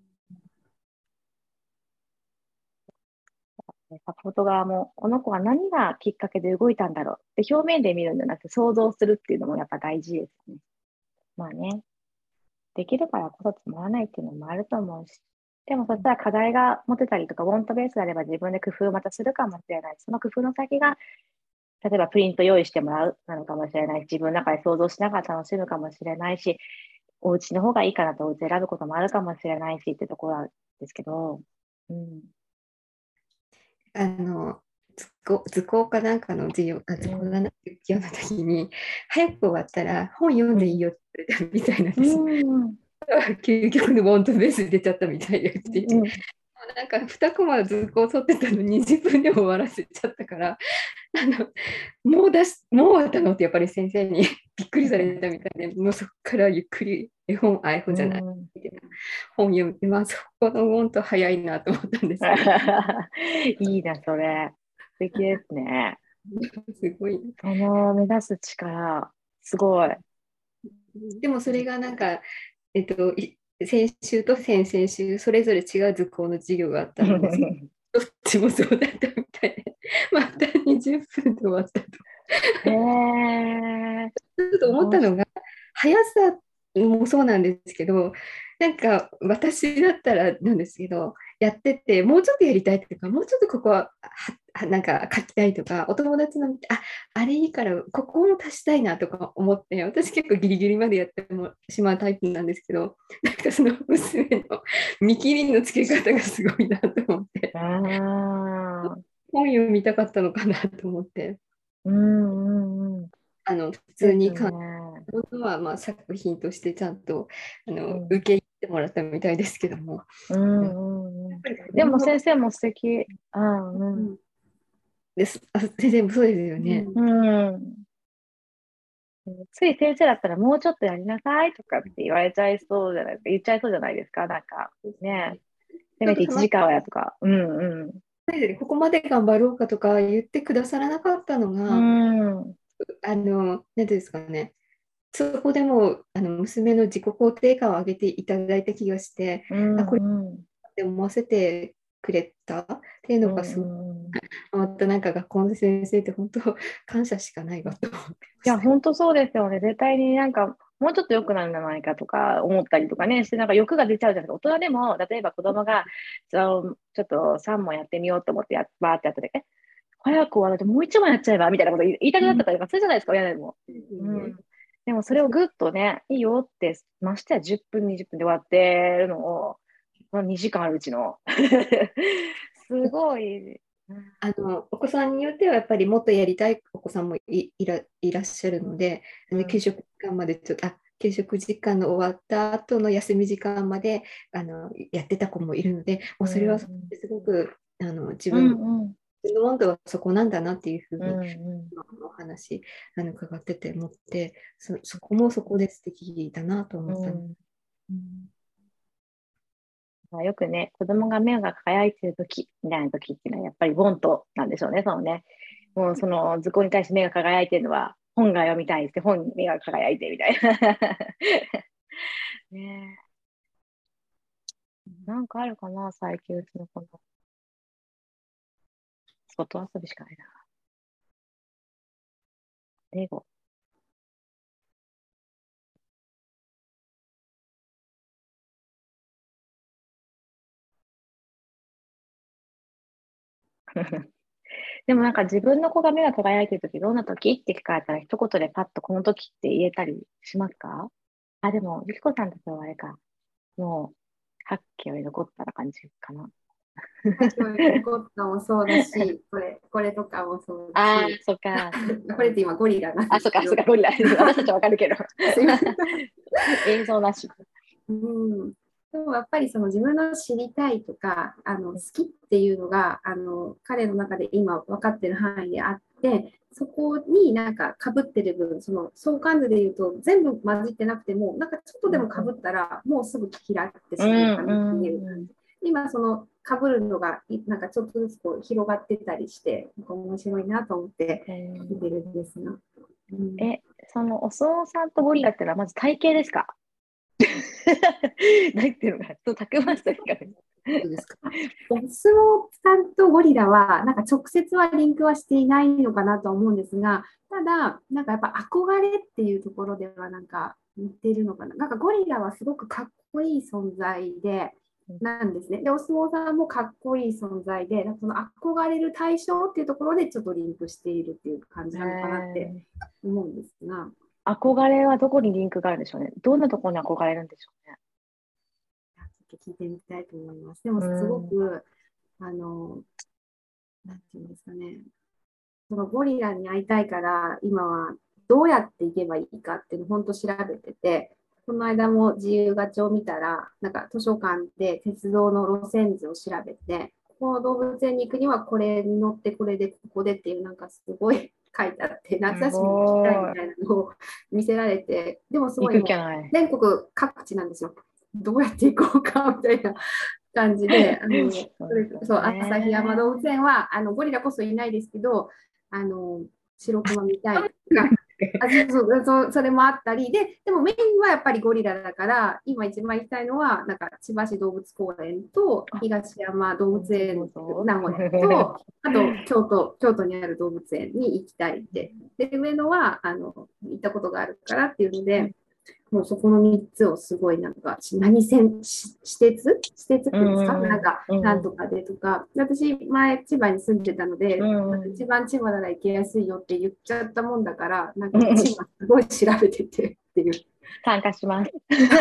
サポート側も、この子は何がきっかけで動いたんだろうって表面で見るんじゃなくて想像するっていうのもやっぱ大事ですね。まあね、できるからこそつまらないっていうのもあると思うし、でもそしたら課題が持てたりとか、ウォントベースであれば自分で工夫をまたするかもしれない。その工夫の先が、例えばプリント用意してもらうなのかもしれないし、自分の中で想像しながら楽しむかもしれないし、お家の方がいいかなとお家選ぶこともあるかもしれないしってところなんですけど、うん。 あの図工、図工かなんかの授業、あ、図工だなっていう授業の時に、早く終わったら本読んでいいよって言われたみたいなんです。 うん。 究極のボントベース出ちゃったみたいでって言って、 うん。 なんかにコマ図工取ってたのにじゅっぷんでも終わらせちゃったから、あのもう出し、もう終わったのってやっぱり先生にびっくりされたみたいで、もうそこからゆっくり絵本、あ、絵本じゃない、 うん、 本読んで、まあそこの本当早いなと思ったんですけど。 いいな、それ。素敵ですね。 すごい。 その目指す力、すごい。 でもそれがなんか、えっと、先週と先々週、それぞれ違う図工の授業があったんですけど、どっちもそうだったみたいで、またにじゅっぷんで終わったと。 へえ。 ちょっと思ったのが、速さもそうなんですけど、なんか私だったらなんですけど、やってて、もうちょっとやりたいとか、もうちょっとここははなんか書きたいとか、お友達の見て、あ、あれいいからここも足したいなとか思って、私結構ギリギリまでやってもしまうタイプなんですけど、なんかその娘の見切りのつけ方がすごいなと思って、 ああ。 本読みたかったのかなと思って、 うんうんうん。 あの普です通に考ね。 ものはまあ作品としてちゃんとあの、 うん、 受け入れてもらったみたいですけども、 うでもんうんうん。 やっぱり子でも供の、 先生も素敵。あ、うん。 です。あ、先生もそうですよね。 うん、 うん。つい先生だったらもうちょっとやりなさいとかって言われちゃいそうじゃないですか。言っちゃいそうじゃないですか。なんか、ね。せめて1 ちょっとたま時間はやとか。うんにここまで頑張ろうかとか言ってくださらなかったのうが、 ん。うん。 あの、なんていうんですかね、そこでもあの娘の自己肯定感を上げていただいた気がして、 うあ、これんうん。 って思わせてくれたっていううのがすごく、 んうん。いまたなんか学校の先生って本当感謝しかないわと思ってましや、 た。 本当そうですよね。絶対になんか、もうちょっと良くなるんじゃないかとか思ったりとかね、して、なんか欲が出ちゃうじゃないですか。大人でも、例えば子供が、そのちょっとさん問やってみようと思ってや、バーってやったら、え、早く終わるともういち問やっちゃえばみたいなこと言い言いたくなったりとかするじゃないですか、親でも。うん。でもそれをぐっとね、いいよって、ましてやじゅっぷん、にじゅっぷんで終わってるのを、まあ、にじかんあるうちの。すごい。うんあのお子さんによってはやっぱりもっとやりたいお子さんもい、いら、いらっしゃるので、あの給食時間までちょっと、あ、給食時間の終わった後の休み時間まであのやってた子もいるので、もうそれはすうんごくあの自う分んうん自分の温度はそこなんだなっていうふううに、 ん今のお話あの伺ってて思って、そ、そこもそこで素敵だなと思ったの。 うんうんまあよくね、子供が目が輝いてる時みたいな時っていうのはやっぱりボンとなんでしょうね、そのね。もうその図工に対して目が輝いてるのは本が読みたいって本に目が輝いてみたいな。ねえ。なんかあるかな、最近うちの子の。外遊びしかないな。レゴ。でもなんか自分の子が目が輝いてる時どんな時って聞かれたら一言でパッとこの時って言えたりしますか？あ、でも、ゆきこさんとかはあれか。もう、はっけより残ったら感じかな。 先ほど残ったもそうだし、これ、これとかもそうだああ、 し、 そっか。 これって今ゴリラなんあ、そっか、 ですけど、 そっか、ゴリラ。私たちはわかるけど。 すいません。 映像なし。 うん、でもやっぱりその自分の知りたいとかあの好きっていうのがあの彼の中で今分かってる範囲であってそこになんかかぶってる分その相関図で言うと全部混じってなくてもなんかちょっとでもかぶったらもうすぐ嫌ってしうん、 まうかなっていううん。 今そのかぶるのがなんかちょっとずつこう広がってたりしてなんか面白いなと思って見てるんですが、うん、 え、そのお相撲さんとゴリラってのはまず体型ですか？何ていうのかな、そうたくましさですかね。 どうですか？ お相撲さんとゴリラは、なんか直接はリンクはしていないのかなと思うんですが、ただ、なんかやっぱ憧れっていうところではなんか似てるのかな。なんかゴリラはすごくかっこいい存在で、なんですね。で、お相撲さんもかっこいい存在で、その憧れる対象っていうところでちょっとリンクしているっていう感じなのかなって思うんですが。 憧れはどこにリンクがあるんでしょうね。どんなところに憧れるんでしょうね。 聞いてみたいと思います。でもすごく、あの、なんていうんですかね。そのゴリラに会いたいから、今はどうやって行けばいいかっていうのを本当調べてて、この間も自由ガチャを見たら、なんか図書館で鉄道の路線図を調べて、この動物園に行くにはこれに乗ってこれでここでっていうなんかすごい書いてあって、夏休みに行きたいみたいなのを見せられて、でもすごいもう全国各地なんですよ。どうやって行こうかみたいな感じで、あのそれそう旭山動物園はあのゴリラこそいないですけど、あの白熊みたいなあそうそうそれもあったりで、でもメインはやっぱりゴリラだから、今一番行きたいのは、なんか千葉市動物公園と東山動物園名古屋と、あと京都京都にある動物園に行きたいって。で、上野はあの行ったことがあるからっていうので、もうそこのみっつをすごいなんか、何線、私鉄私鉄っていうんですか、なんか、なんとかでとか、私、前、千葉に住んでたので、一番千葉なら行きやすいよって言っちゃったもんだから、なんか千葉すごい調べててっていう。 参加します。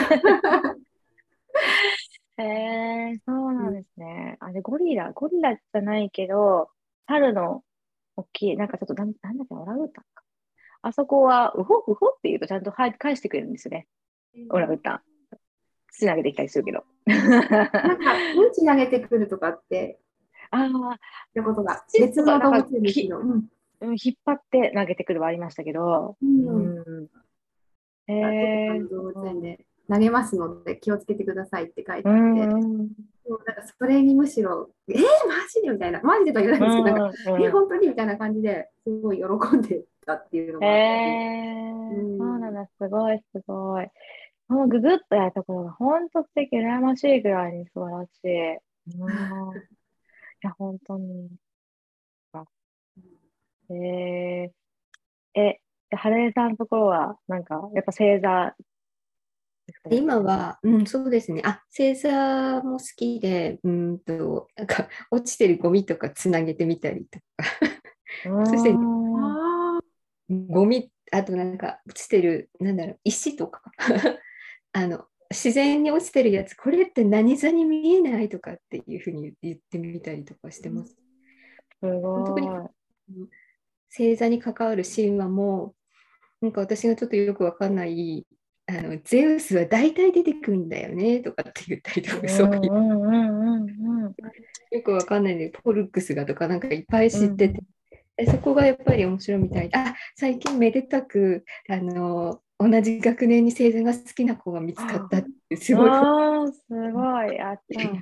へえ、そうなんですね。あれ、ゴリラ、ゴリラじゃないけど、猿の大きい、なんかちょっとなん、なんだっけ、オランウータンか。あそこは、ウホウホって言うとちゃんと返してくれるんですよね。オランウータン。土投げてきたりするけど。 なんか、うんち投げてくるとかって。 ああ、 たことが、 土とか、 別の動なんか、 物園ですけど、うん。 うん、引っ張って投げてくるはありましたけど、 ううん。 ん。へどこかえ、 の動物園すごい。 で投げますので気をつけてくださいって書いうてあって、 ん、うん、 そうなんかそれにむしろ、えー、マジでみたいな、マジでとは言わないんですけど、なんか、え、 う本当にみたいな感じですごい喜んでたっていうのん。へがあって、うえ、そうなんん、 だ、すごい、すごい。このググッとやるところが本当素敵、羨ましいぐらいに素晴らしい。うん。いや、本当に。えー、え、で春江さんのところは、なんか、やっぱ星座ですか、やっぱり。 今は、うん、そうですね。あ、星座も好きで、うんと、なんか、落ちてるゴミとかつなげてみたりとか。 うーそして、 ん。 ああ、 ゴミ、あとなんか、落ちてる、なんだろう、石とか。あの、自然に落ちてるやつ、これって何座に見えないとかっていうふうに言ってみたりとかしてます。 す特にごい。 星座に関わる神話も、なんか私がちょっとよくわかんない、あのゼウスは大体出てくるんだよねとかって言ったりとか、そういううんうんうんうんよくわかんないで、ポルックスがとかなんかいっぱいうん。 知ってて、でそこがやっぱり面白いみたいで、あ、最近めでたく、あの、同じ学年に星座が好きな子が見つかったって、すごい、ふああ、すごい。あった。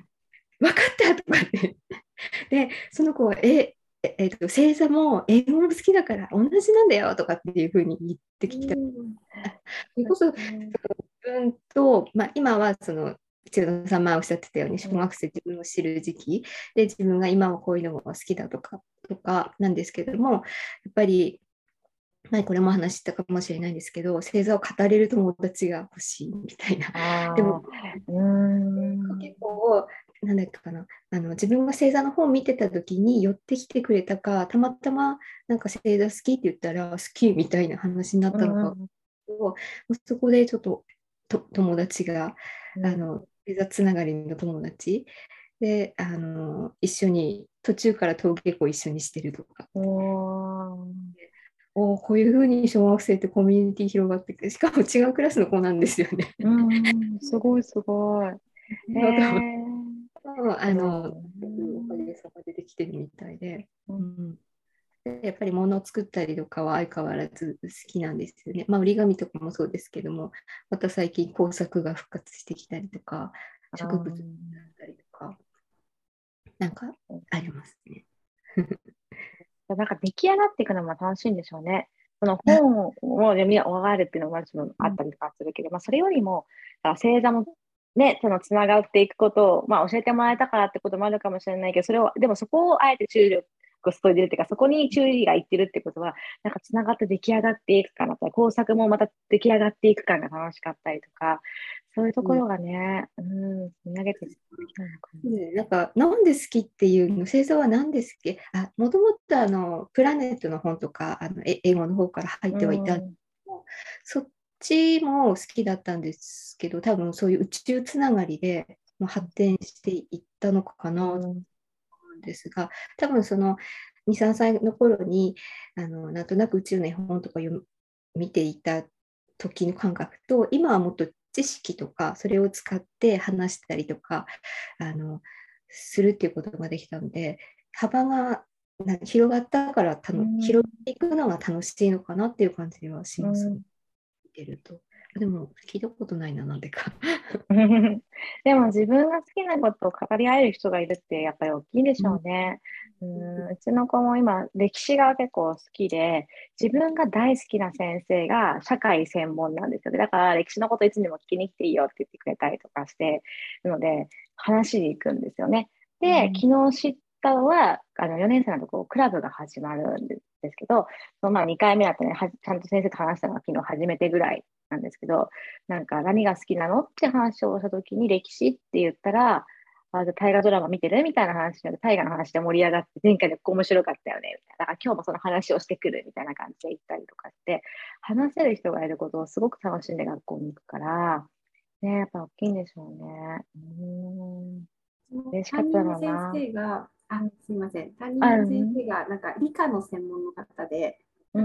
分かったとかって。で、その子は、え、ええっと、星座も英語も好きだから同じなんだよとかっていうふうに言ってうきた。 ん、 それこそ、自分と、まあ、今はその、千代田さん前おっしゃってたように、小うん。 学生自分を知る時期で、自分が今はこういうのが好きだとか、とかなんですけども、やっぱり、前これも話したかもしれないんですけど、星座を語れる友達が欲しいみたいな。でも、 ああ、うーん。 結構、なんだっけかな、あの自分が星座の本を見てた時に寄ってきてくれたか、たまたまなんか星座好きって言ったら好きみたいな話になったのか、 うんうんそこでちょっと、と友達が、 うん。 あの星座つながりの友達で、あの一緒に途中から登下校一緒にしてるとか。 おー。 おこういうふうに小学生ってコミュニティ広がっていく、しかも違うクラスの子なんですよね。 うんうん。すごいすごい。えだからえ、 あの、 そう。 おかげさまでできてるみたいで、 うん。 うん、やっぱり物を作ったりとかは相変わらず好きなんですよね。まあ、折り紙とかもそうですけども、また最近工作が復活してきたりとか、 あ植物だったりとか、なんかありますね。 ー、なんか出来上がっていくのも楽しいんでしょうね。そのあ本を読み終わるっていうのももちろんうん、 あったりとかするけど、まあそれよりも、あ星座もね、そのつながっていくことを、まあ教えてもらえたからってこともあるかもしれないけど、それを、でもそこをあえて注力を注いでるっていうか、そこに注意がいってるってことは、なんかつながって出来上がっていくかなと、工作もまた出来上がっていく感が楽しかったりとか、そういうところがね、うん、見上げてきたのかうん、なんか、なんで好きっていうの、星座は何ですっけあ、もともとあの、プラネットの本とか、あの、え英語の方から入っな。うてはいたんですん、 けど、そっちも好きだったんですけど、多分そういう宇宙つながりでもう発展していったのかなと思うん、 うんですが、多分そのに、さんさいの頃に、あの、なんとなく宇宙の絵本とか読む見ていた時の感覚と、今はもっと知識とか、それを使って話したりとか、あの、するっていうことができたので、幅がな広がったからたの、 うん、 広がっていくのが楽しいのかなっていう感じはしますね。 うん。 見てると。でも、聞いたことないな、なんでか。 でも自分が好きなことを語り合える人がいるってやっぱり大きいでしうんょうね。うん、うちの子も今歴史が結構好きで、自分が大好きな先生が社会専門なんですよね。だから歴史のこといつでも聞きに来ていいよって言ってくれたりとかしてるので、話に行くんですよね。で、 うん昨日知ったのは、あのよねん生のところクラブが始まるんですけど、そのまあにかいめだったね、はちゃんと先生と話したのは昨日初めてぐらいなんですけど、なんか何が好きなのって話をしたときに歴史って言ったら、あ、じゃあ大河ドラマ見てるみたいな話で、大河の話で盛り上がって、前回で面白かったよねみたいな。だから今日もその話をしてくるみたいな感じで言ったりとかして、話せる人がいることをすごく楽しんで学校に行くから、ね、やっぱ大きいんでしょうね。うーん、 その嬉しかっただ担任の先ろうな。 生が、あ、 うん、 すいません、担あ、 任の先うん、 生がなんか理科の専門の方で、 うん、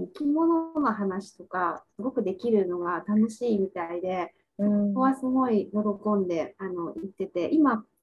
だからやっぱり生き物の話とか、すごくできるのが楽しいみたいで、そこうん、 はすごい喜んであの言ってて、今、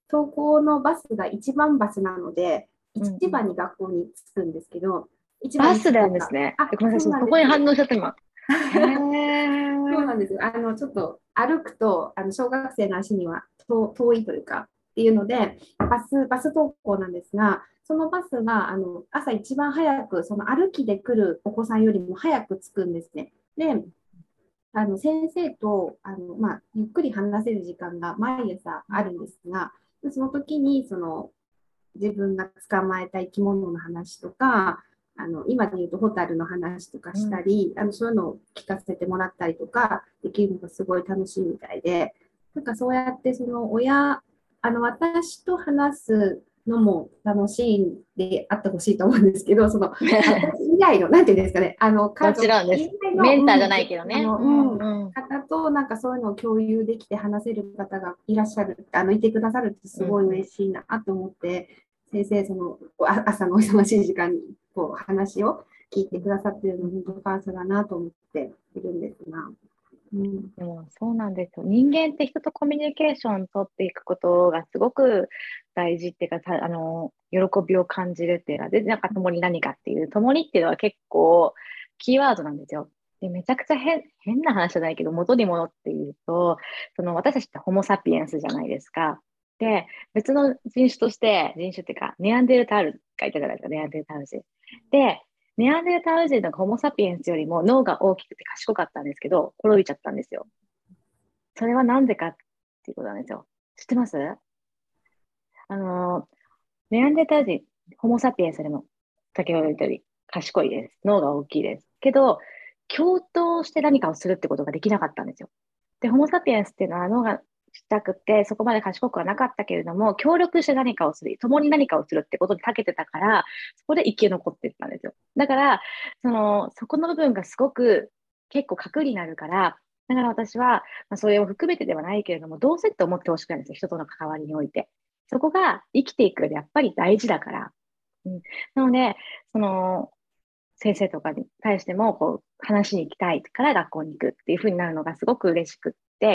登校のバスがいちばんバスなので、 うんうんいちばんに学校に着くんですけど、一番にバスなん着くか。 ですね。 あ、 えごめんなさい、 そうなんです。 そこに反応しちゃった今。へー。 そうなんですよ。あの、ちょっと歩くと、あの小学生の足には遠遠いというか、っていうので、バス、バス登校なんですが、そのバスがあの朝一番早く、その歩きで来るお子さんよりも早く着くんですね。で、あの先生とあの、まあ、ゆっくり話せる時間が毎朝あるんですが、その時にその自分が捕まえた生き物の話とか、あの今で言うとホタルの話とかうんしたり、あのそういうのを聞かせてもらったりとかできるのがすごい楽しいみたいで、なんかそうやってその親、あの私と話すのも楽しいんであってほしいと思うんですけど、その私以外の、なんていうんですかね、あの家もち族ろんです。 以外の、 メンターじゃうん、 ないけどね。 あの、 ううん、 んうん方となんかそういうのを共有できて話せる方がいらっしゃる、あのいてくださるってすごい嬉しいなと思って、先生、そのあ朝のお忙しい時間にこう話を聞いてくださっているのに本当感謝だなと思っているんですが。うん、 でもそうなんですよ。人間って人とコミュニケーション取っていくことがすごく大事っていうか、たあの、喜びを感じるっていうのは、で、なんか共に何かっていう、共にっていうのは結構キーワードなんですよ。で、めちゃくちゃ変、変な話じゃないけど、元に戻っていうと、その私たちってホモ・サピエンスじゃないですか。で、別の人種として、人種っていうか、ネアンデルタールがいたじゃないですか、ネアンデルタール人。で、ネアンデルタール人のホモ・サピエンスよりも脳が大きくて賢かったんですけど、滅びちゃったんですよ。それはなんでかっていうことなんですよ。知ってます？あの、ネアンデルタール人、ホモ・サピエンスよりも、先ほど言ったより賢いです。脳が大きいです。けど、共闘して何かをするってことができなかったんですよ。で、ホモ・サピエンスっていうのは脳がちっちゃくて、そこまで賢くはなかったけれども、協力して何かをする、共に何かをするってことに長けてたから、そこで生き残っていったんですよ。だから、その、そこの部分がすごく結構核になるから、だから私は、まあ、それを含めてではないけれども、どうせって思ってほしくないんですよ。人との関わりにおいて。そこが生きていく上でやっぱり大事だから。うん、なので、その、先生とかに対しても、こう、話しに行きたいから学校に行くっていう風になるのがすごく嬉しくって、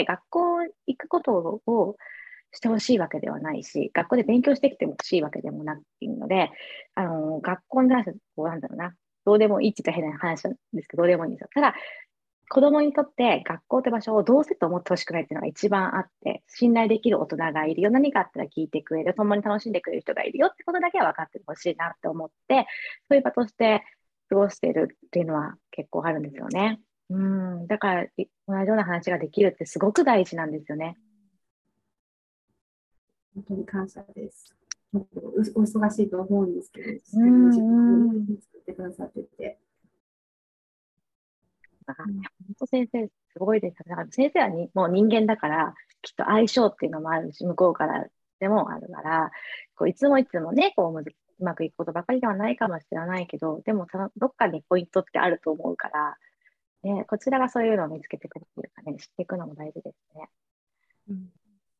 学校行くことをしてほしいわけではないし、学校で勉強してきてほしいわけでもないので、あの、学校に関して、こうなんだろうな、どうでもいいって言ったら変な話なんですけど、どうでもいいんですよ。ただ、子供にとって学校って場所をどうせと思ってほしくないっていうのが一番あって、信頼できる大人がいるよ。何かあったら聞いてくれる。共に楽しんでくれる人がいるよってことだけは分かってほしいなって思って、そういう場として過ごしているっていうのは結構あるんですよね。うん。だから、同じような話ができるってすごく大事なんですよね。 本当に感謝です。おお忙しいと思うんですけど、素う敵な時間をん。 作ってくださってて。 だから、本当先生、すごいです。だから先生はにもう人間だから、きっと相性っていうのもあるし、向こうからでもあるから、こういつもいつもね、こうむずうまくいくことばかりではないかもしれないけど、でもそのどっかにポイントってあると思うから、ね、こちらがそういうのを見つけてくるっていうかね、知っていくのも大事ですね。 うん、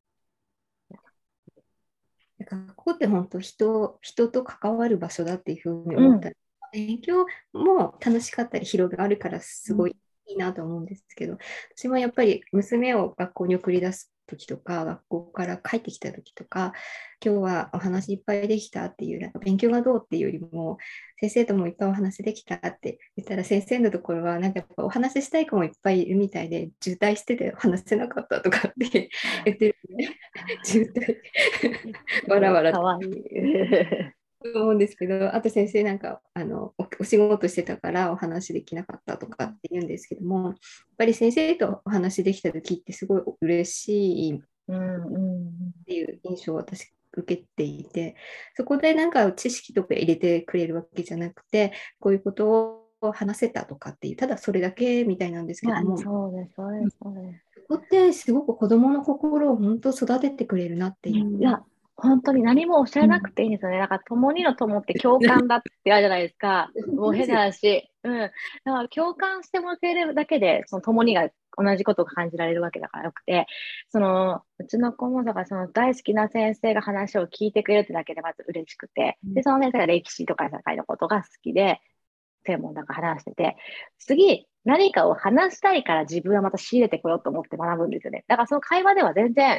学校って本当人、人と関わる場所だっていうふうにうん。 思ったり、勉強も楽しかったり広がるからすうんごいいいなと思うんですけど、私もやっぱり娘を学校に送り出す時とか、学校から帰ってきた時とか、今日はお話いっぱいできたっていう、なんか勉強がどうっていうよりも、先生ともいっぱいお話できたって言ったら、先生のところは、なんかやっぱお話ししたい子もいっぱいいるみたいで、渋滞してて話せなかったとかって言ってるね。渋滞わらわらとかわいい。 思うんですけど、あと先生なんかあのお、お仕事してたからお話できなかったとかって言うんですけども、やっぱり先生とお話できた時ってすごい嬉しいっうんうんていう印象を私受けていて、そこでなんか知識とか入れてくれるわけじゃなくて、こういうことを話せたとかっていう、ただそれだけみたいなんですけまあ、 ども、 そうです、そうです、そうです。 そこってすごく子どもの心を本当育ててくれるなっていう。 いや、本当に何もおっしゃらなくていいんですよね。だから、共にの友って共感だってあるじゃないですか。もう変な話。うん。だから共感してもらえるだけで、その共にが同じことが感じられるわけだからよくて、その、うちの子も、だからその大好きな先生が話を聞いてくれるってだけでまず嬉しくて、で、その先生が歴史とか社会のことが好きで、専門だから話してて、次、何かを話したいから自分はまた仕入れてこようと思って学ぶんですよね。だからその会話では全然、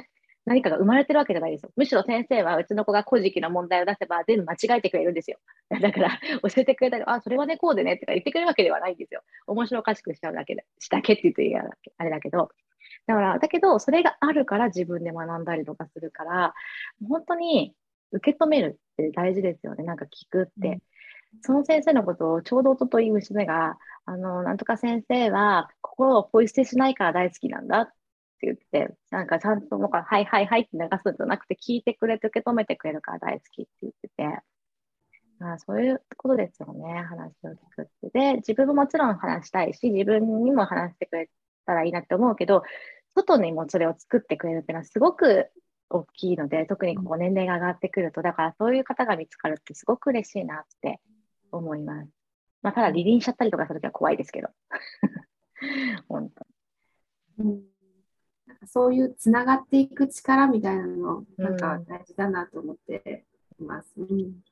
何かが生まれてるわけじゃないですよ。むしろ先生はうちの子が古事記の問題を出せば全部間違えてくれるんですよ。だから教えてくれたり、あ、それはね、こうでねとか言ってくれるわけではないんですよ。面白おかしくしちゃうだけで、したけって言っていいやあれだけど。だから、だけど、それがあるから自分で学んだりとかするから、本当に受け止めるって大事ですよね。なんか聞くって。うん、その先生のことをちょうど一昨日娘が、あの、なんとか先生は心をポイ捨てしないから大好きなんだって言って、なんかちゃんと、なんか、はいはいはいって流すんじゃなくて、聞いてくれて受け止めてくれるから大好きって言ってて、あ、そういうことですよね、話を聞くって。で、自分ももちろん話したいし、自分にも話してくれたらいいなって思うけど、外にもそれを作ってくれるっていうのはすごく大きいので、特にこう年齢が上がってくると、だからそういう方が見つかるってすごく嬉しいなって思います。まあ、ただ離輪しちゃったりとかするときは怖いですけど。本当、 うん、なんかそういうつながっていく力みたいなの、なんか大事だなと思っています。うんうん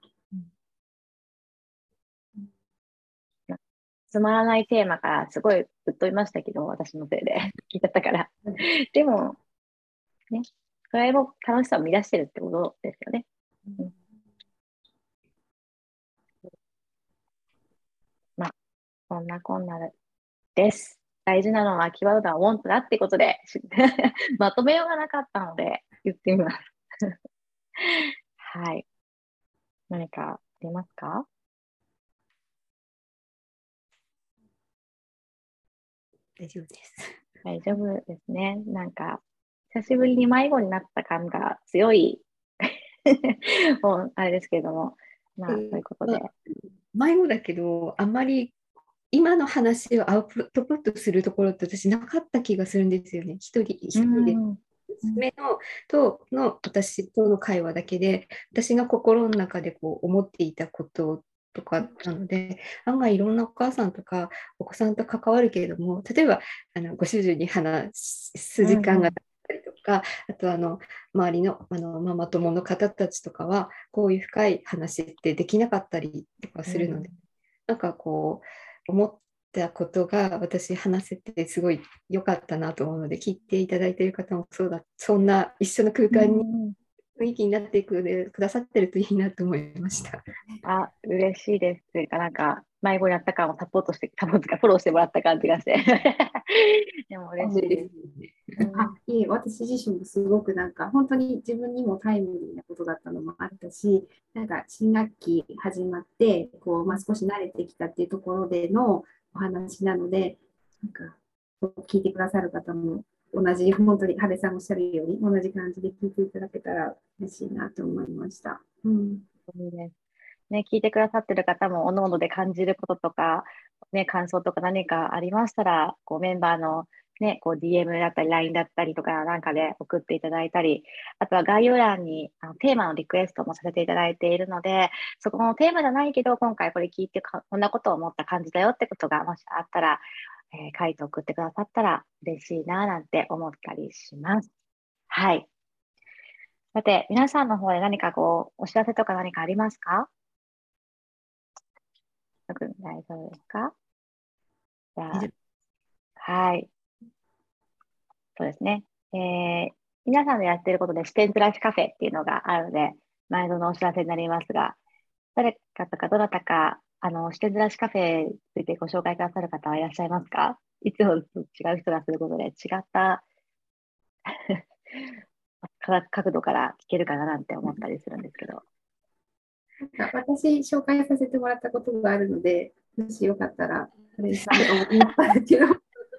つまらないテーマからすごいぶっ飛びましたけど、私のせいで聞いちゃったから。でも、ね、それも楽しさを生み出してるってことですよね。うん、まあ、そんなこんなです。大事なのはキーワードは want だってことで、まとめようがなかったので言ってみます。はい。何かありますか？ 大丈夫です。 大丈夫ですね。なんか、久しぶりに迷子になった感が強いもうあれですけれども、まあ、そういうことで。 迷子だけど、あんまり今の話をアウトプットするところって私なかった気がするんですよね。一人、一人で。娘のとの私との会話だけで、私が心の中でこう思っていたこととかなので、案外いろんなお母さんとかお子さんと関わるけれども、例えばあのご主人に話す時間があったりとか、あとあの周りの、あのママ友の方たちとかは、こういう深い話ってできなかったりとかするので、うん、なんかこう、思ったことが私話せてすごい良かったなと思うので、聞いていただいている方もそうだ、そんな一緒の空間に雰囲気になっていくでくださってるといいなと思いました。 あ、嬉しいです。というか、なんか、迷子になった感をサポートして、サポートかフォローしてもらった感じがして。でも嬉しいです。 あ、いえ、私自身もすごくなんか、本当に自分にもタイムリーなことだったのもあったし、なんか新学期始まって、こう、まあ、少し慣れてきたっていうところでのお話なので、なんか、聞いてくださる方も同じ、本当に、ハベさんおっしゃるように、同じ感じで聞いていただけたら嬉しいなと思いました。うん。 いいですね、聞いてくださってる方も、おのおので感じることとか、ね、感想とか何かありましたら、こうメンバーの、ね、こう ディーエム だったり、ライン だったりとか、なんかで送っていただいたり、あとは概要欄にあのテーマのリクエストもさせていただいているので、そこのテーマじゃないけど、今回これ聞いてこんなことを思った感じだよってことがもしあったら、えー、書いて送ってくださったら嬉しいななんて思ったりします。はい。さて、皆さんの方で何かこう、お知らせとか何かありますか？特に大丈夫ですか？じゃあ、はい。そうですね。えー、皆さんのやっていることで視点ずらしカフェっていうのがあるので、毎度のお知らせになりますが、誰かとかどなたか、あの、視点ずらしカフェについてご紹介くださる方はいらっしゃいますか？いつもと違う人がすることで違った角度から聞けるかななんて思ったりするんですけど。 私、紹介させてもらったことがあるので、もしよかったら、カレンさんと思ったんですけど。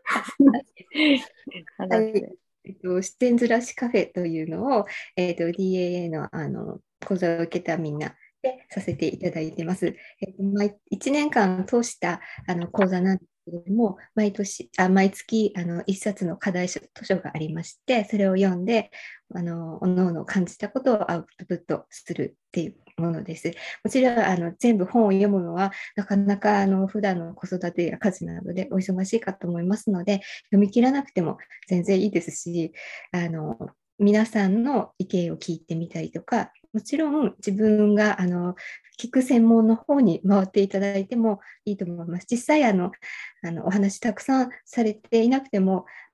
はい、えっと、視点ずらしカフェというのを、えっと、ディーエーエー の、あの講座を受けたみんなでさせていただいてます。えっと、毎いちねんかん通したあの講座なんですけれども、毎年あ毎月あのいっさつの課題書図書がありまして、それを読んで、あのおのおの感じたことをアウトプットするっていうものです。もちろんあの全部本を読むのはなかなかあの普段の子育てや家事などでお忙しいかと思いますので、読み切らなくても全然いいですし、あの皆さんの意見を聞いてみたりとか、もちろん自分があの聞く専門の方に回っていただいてもいいと思います。実際あのあのお話たくさんされていなくても、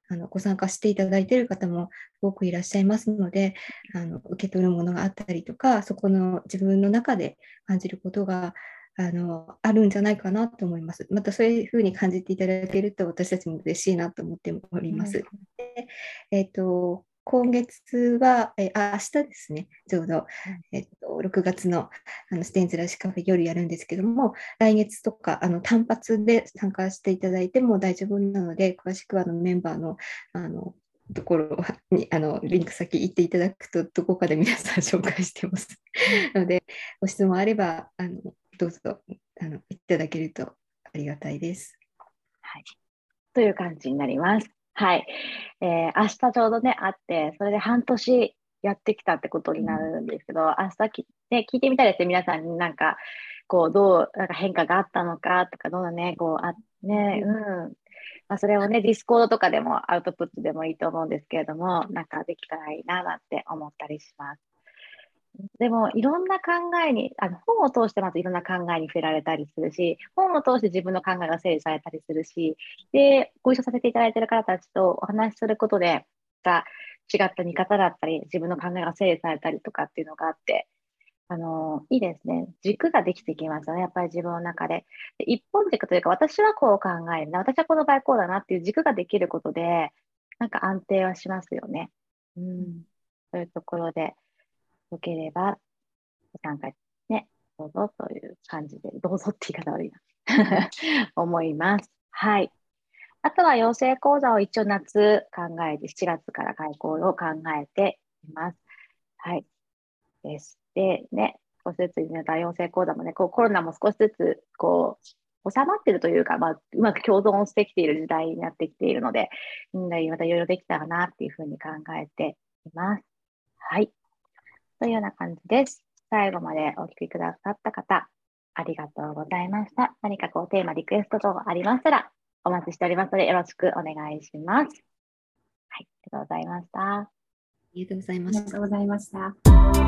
あのご参加していただいている方も多くいらっしゃいますので、あの受け取るものがあったりとか、そこの自分の中で感じることがあのあるんじゃないかなと思います。またそういうふうに感じていただけると私たちも嬉しいなと思っております。 うん、 でえっと今月は、えあ明日ですね、ちょうど、えっと、ろくがつのあのステンズラシカフェ夜やるんですけども、来月とかあの単発で参加していただいても大丈夫なので、詳しくはあのメンバーのあのところにあのリンク先行っていただくと、どこかで皆さん紹介してますので、ご質問あればあのどうぞあのいただけるとありがたいです。 はい、という感じになります。はい、えー、明日ちょうどね、会って、それで半年やってきたってことになるんですけど、うん、明日き、ね、聞いてみたいですね、皆さんになんか、こう、どう、なんか変化があったのかとか、どんなね、こう、あ、ね、うん。まあ、それをね、ディスコードとかでもアウトプットでもいいと思うんですけれども、なんかできたらいいな、なんて思ったりします。でも、いろんな考えに、あの本を通してまずいろんな考えに触れられたりするし、本を通して自分の考えが整理されたりするし、で、ご一緒させていただいている方たちとお話しすることで、が違った見方だったり、自分の考えが整理されたりとかっていうのがあって、あの、いいですね。軸ができてきますよね。やっぱり自分の中で。で、一本軸というか、私はこう考えるな。私はこの場合こうだなっていう軸ができることで、なんか安定はしますよね。うん。そういうところで、よければ、ご参加ね、どうぞという感じで、どうぞって言い方悪いな。思います。はい。あとは養成講座を一応夏考えて、しちがつから開講を考えています。はい。です。で、ね、少しずつね、多様性講座もね、こうコロナも少しずつ、こう、収まってるというか、まあ、うまく共存してきている時代になってきているので、みんなにまたいろいろできたらなっていうふうに考えています。はい。というような感じです。最後までお聞きくださった方、ありがとうございました。何かこうテーマ、リクエスト等ありましたら、お待ちしておりますので、よろしくお願いします。はい、ありがとうございました。 ありがとうございまありした。 がとうございました。